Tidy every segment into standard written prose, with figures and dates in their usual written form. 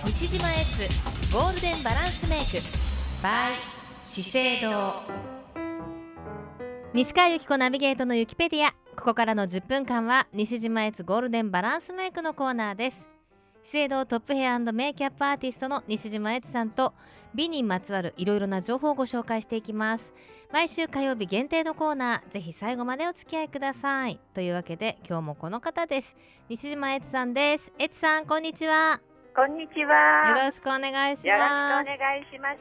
西島エッツゴールデンバランスメイク by 資生堂。西川由紀子ナビゲートのユキペディア。ここからの10分間は西島エッツゴールデンバランスメイクのコーナーです。資生堂トップヘア&メイキャップアーティストの西島エツさんと美にまつわるいろいろな情報をご紹介していきます。毎週火曜日限定のコーナー、ぜひ最後までお付き合いください。というわけで今日もこの方です。西島エツさんです。エツさん、こんにちは。 こんにちは。 よろしくお願いします。 よろしくお願いします。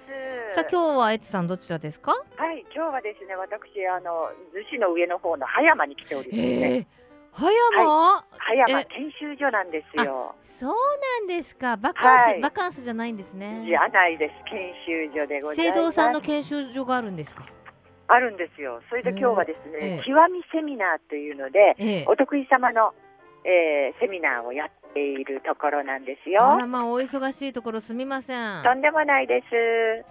さあ、今日はエツさんどちらですか？ はい、今日はですね、私逗子の上の方の葉山に来ておりますね。 葉山、 はい、葉山研修所なんですよ。 そうなんですか。バカンスじゃないんですね。 じゃないです。研修所でございます。 資生堂さんの研修所があるんですか？ あるんですよ。それで今日はですね、極みセミナーというので、お得意様の、セミナーをやっているところなんですよ。 あら、まあお忙しいところすみません。 とんでもないです。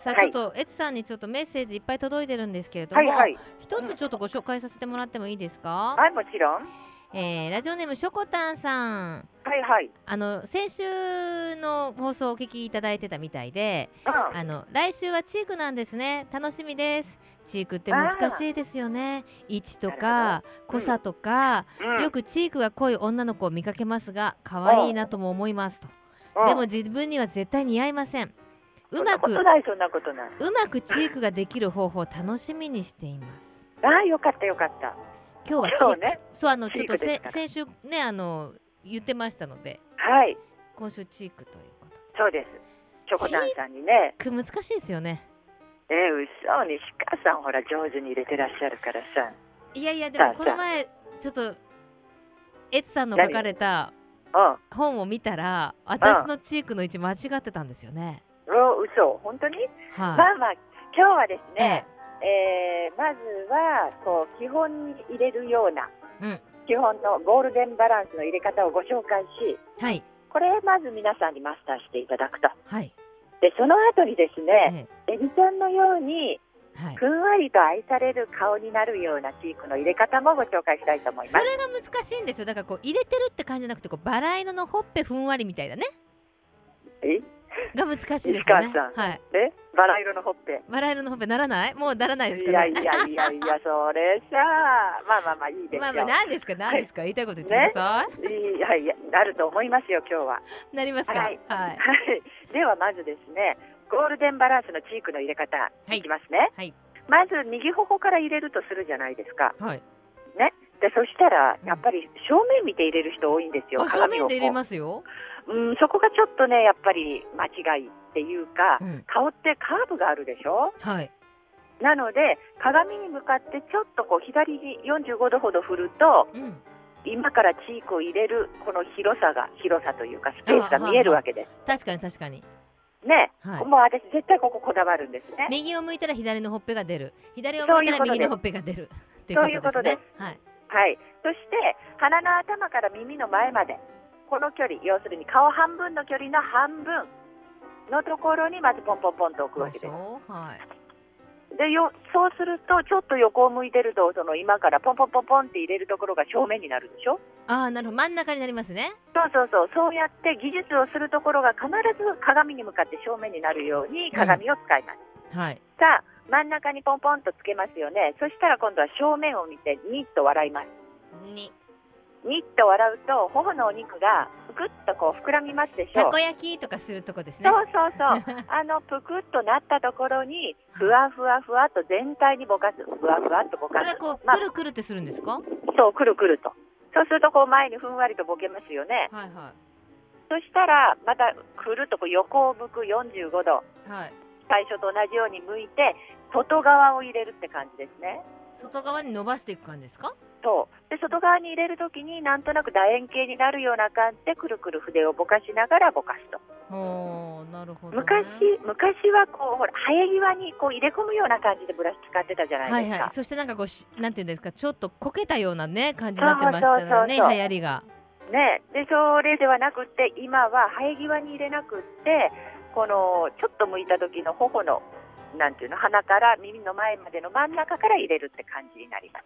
さあ、ちょっとエツさんにちょっとメッセージいっぱい届いてるんですけれども、一つちょっとご紹介させてもらってもいいですか？ はい、もちろん。 ラジオネームしょこたんさん。 はいはい。 先週の放送をお聞きいただいてたみたいで、来週はチークなんですね。楽しみです。チークって難しいですよね。位置とか濃さとか、よくチークが濃い女の子を見かけますが、可愛いなとも思いますと。でも自分には絶対似合いません。うまくチークができる方法を楽しみにしています。 ああ、よかったよかった。 今日はチーク、ね、そうちょっと先週ね言ってましたので、 はい。 今週チークということで。 そうです。チョコタンさんにね。 難しいですよね。 嘘、西川さんほら上手に入れてらっしゃるからさ。 いやいや、でもこの前ちょっとエツさんの書かれた本を見たら、私のチークの位置間違ってたんですよね。 嘘、本当に？まあまあ今日はですね、まずはこう基本に入れるような、基本のゴールデンバランスの入れ方をご紹介し、 はい、 これまず皆さんにマスターしていただくと。 はい、 でその後にですね、エビちゃんのように、ふんわりと愛される顔になるようなチークの入れ方もご紹介したいと思います。 それが難しいんですよ。だからこう入れてるって感じじゃなくて、こうバラ色のほっぺふんわりみたいなね。が難しいですよね。 はい。バラ色のほっぺ。 バラ色のほっぺならない？もうならないですかね。 いや、それさ、まあいいですよ。 何ですか言いたいこと言ってください。 いや、なると思いますよ今日は。 なりますか？はい。 ではまずですね、ゴールデンバランスのチークの入れ方いきますね。 はい。 まず右頬から入れるとするじゃないですか。 はい。 ね。でそしたらやっぱり正面見て入れる人多いんですよ。 正面で入れますよ。 そこがちょっとねやっぱり間違いっていうか、顔ってカーブがあるでしょ。 はい。 なので鏡に向かってちょっとこう左に45度ほど振ると、今からチークを入れるこの広さというかスペースが見えるわけです。 確かにね、もう私絶対ここだわるんですね。 右を向いたら左のほっぺが出る、左を向いたら右のほっぺが出るっていうことですね。 はい。そして鼻の頭から耳の前までこの距離、要するに顔半分の距離の半分のところにまずポンポンポンと置くわけです。でそうするとちょっと横を向いてると、その今からポンポンポンポンって入れるところが正面になるでしょ。 なるほど、真ん中になりますね。 そうやって技術をするところが必ず鏡に向かって正面になるように鏡を使います。はい。さあ真ん中にポンポンとつけますよね。そしたら今度は正面を見てニッと笑います。ニッと笑うと頬のお肉がぷくっとこう膨らみますでしょ。 たこ焼きとかするとこですね。 そうぷくっとなったところにふわふわと全体にぼかす。ふわふわっとぼかす。 これはこうくるくるってするんですか？ そう、くるくると。そうするとこう前にふんわりとぼけますよね。 はい。 そしたらまたくるっとこう横を向く45度、最初と同じように向いて外側を入れるって感じですね。 外側に伸ばしていく感じですか？ そうで外側に入れるときになんとなく楕円形になるような感じでくるくる筆をぼかしながらぼかすと。 なるほど、ね、 昔はこうほら生え際にこう入れ込むような感じでブラシ使ってたじゃないですか。 そしてなんかこうなんていうんですか、ちょっとこけたようなね感じになってましたよね。流行りがね。でそれではなくって今は生え際に入れなくってこのちょっと向いた時の頬のなんていうの、鼻から耳の前までの真ん中から入れるって感じになります。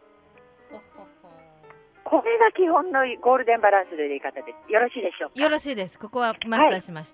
これが基本のゴールデンバランスの入れ方です。よろしいでしょうか？ よろしいです。ここはマスターしました。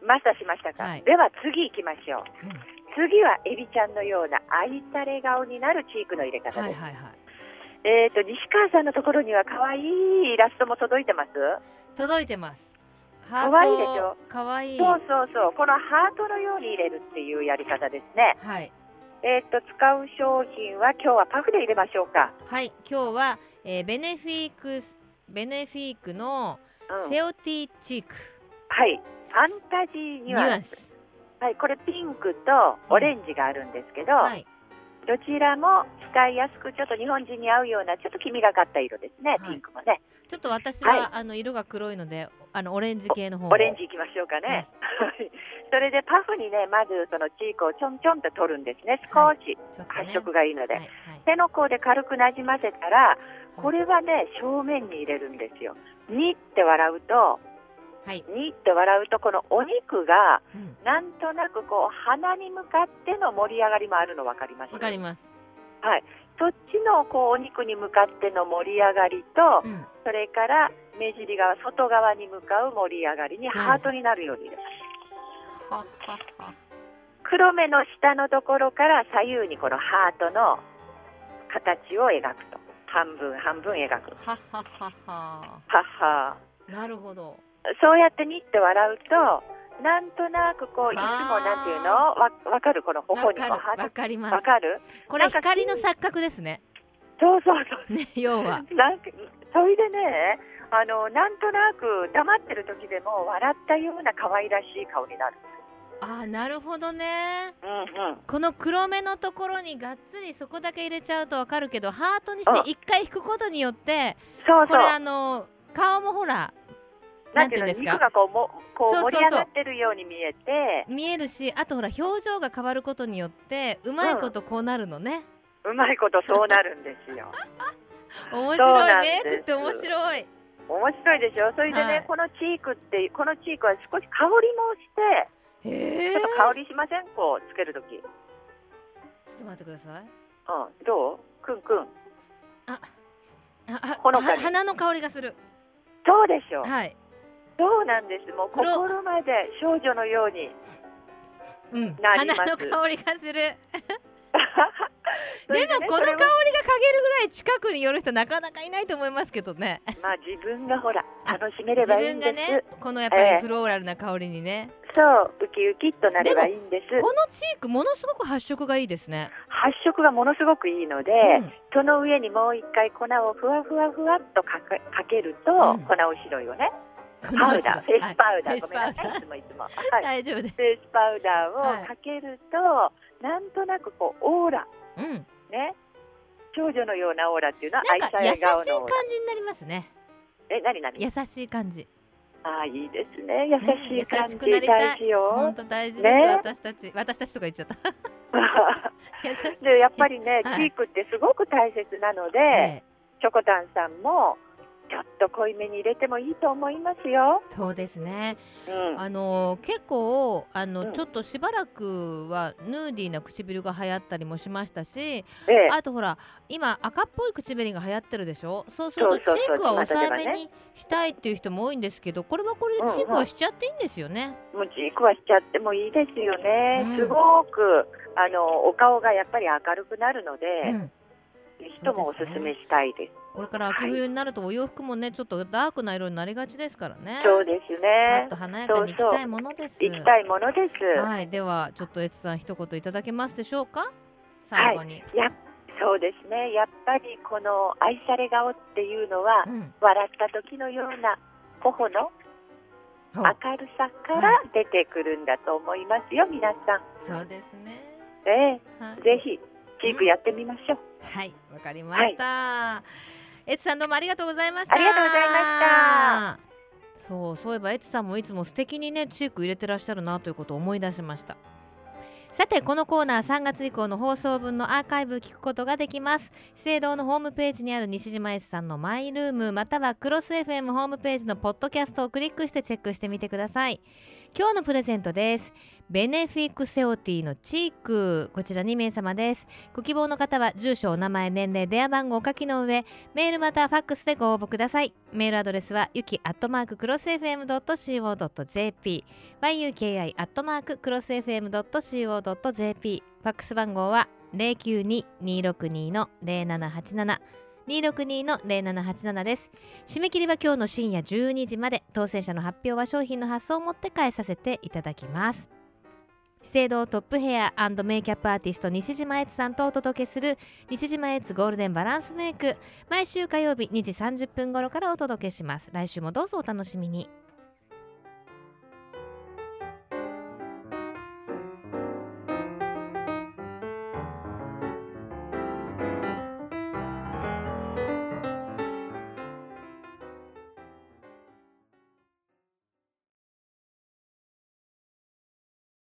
マスターしましたか、 はい、 では次行きましょう、次はエビちゃんのような愛され顔になるチークの入れ方です、 はいはいはい、 西川さんのところには可愛いイラストも届いてます？ 届いてます。ハート可愛いでしょ。 可愛い。 そうそうそう、このハートのように入れるっていうやり方ですね。 はい。 使う商品は今日はパフで入れましょうか。 はい、今日は、ベネフィークのセオティチーク、 はい、ファンタジーニュアンス。はい、これピンクとオレンジがあるんですけど、はい、どちらも使いやすく、ちょっと日本人に合うようなちょっと黄みがかった色ですね、ピンクもね。 ちょっと私は、色が黒いのでオレンジ系の方オレンジいきましょうかね、それでパフにね、まずそのチークをちょんちょんと取るんですね。少し発色がいいので、手の甲で軽くなじませたら、これはね、正面に入れるんですよ。にって笑うと、にって笑うと、このお肉がなんとなくこう鼻に向かっての盛り上がりもあるの分かります？ 分かります。 はい、そっちのこうお肉に向かっての盛り上がりと、それから目尻側、外側に向かう盛り上がりにハートになるように入れます。黒目の下のところから左右にこのハートの形を描くと、半分半分描く。ははははは。なるほど。そうやってにって笑うと、なんとなくこういつもなんていうのわかる、この頬にわかります。 わかる。 これ光の錯覚ですね。 そうそうそう。 ね、要は。 なんかそれでね、なんとなく黙ってる時でも笑ったような可愛らしい顔になる。 ああ、なるほどね。この黒目のところにがっつりそこだけ入れちゃうとわかるけど、ハートにして一回引くことによって、これ顔もほら。 なんていうんですか、肉がこう盛り上がってるように見えるし、あとほら表情が変わることによってうまいことこうなるのね、 うまいことそうなるんですよ面白い、メイクって面白いでしょ。それでね、このチークは少し香りもして、ちょっと香りしません？こうつけるとき。ちょっと待ってください。 どう？くん花の香りがする。 そうでしょ。 はい、 そうなんです。もう心まで少女のようになります。 花の香りがするでもこの香りが嗅げるぐらい近くに寄る人なかなかいないと思いますけどね。 まあ自分がほら楽しめればいいんです。 自分がね、このやっぱりフローラルな香りにね、 そうウキウキっとなればいいんです。 このチークものすごく発色がいいですね。 発色がものすごくいいので、その上にもう一回粉をふわふわふわっとかけると、粉お白いをね、パウダー、フェイスパウダー、ごめんなさい、いつも大丈夫です。 フェイスパウダーをかけると、なんとなくこうオーラ、ね、少女のようなオーラっていうのは愛され顔のオーラ。優しい感じになりますね。何優しい感じ。 ああ、いいですね。優しい感じ、 優しくなりたい。本当大事です。私たちとか言っちゃったでやっぱりね、チークってすごく大切なので、チョコタンさんもちょっと濃いめに入れてもいいと思いますよ。 そうですね、結構ちょっとしばらくはヌーディーな唇が流行ったりもしましたし、あとほら今赤っぽい口紅が流行ってるでしょ。そうするとチークは抑えめにしたいっていう人も多いんですけど、これはこれでチークはしちゃっていいんですよね。 もうチークはしちゃってもいいですよね、すごくお顔がやっぱり明るくなるので、人もおすすめしたいです。 これから秋冬になるとお洋服もね、ちょっとダークな色になりがちですからね。 そうですね。 ちょっと華やかにいきたいものです。 いきたいものです。 はい、ではちょっとエツさん一言いただけますでしょうか。最後に。 そうですね。やっぱりこの愛され顔っていうのは、笑った時のような頬の明るさから出てくるんだと思いますよ、皆さん。 そうですね。 ぜひチークやってみましょう。 はい、わかりました。エツさんどうもありがとうございました。 ありがとうございました。そういえばエツさんもいつも素敵にねチーク入れてらっしゃるなということを思い出しました。 さてこのコーナー3月以降の放送分のアーカイブ聞くことができます。資生堂のホームページにある西島 S さんのマイルームまたはクロス FM ホームページのポッドキャストをクリックしてチェックしてみてください。今日のプレゼントです。ベネフィクセオティのチーク、こちら2名様です。ご希望の方は住所お名前年齢電話番号をお書きの上メールまたはファックスでご応募ください。メールアドレスはyuki@crossfm.co.jp yuki@crossfm.co.jp ファックス番号は 092-262-0787262-0787 です。締め切りは今日の深夜12時まで。当選者の発表は商品の発送をもって返させていただきます。資生堂トップヘア&メイキャップアーティスト西島悦さんとお届けする西島悦ゴールデンバランスメイク、毎週火曜日2時30分頃からお届けします。来週もどうぞお楽しみに。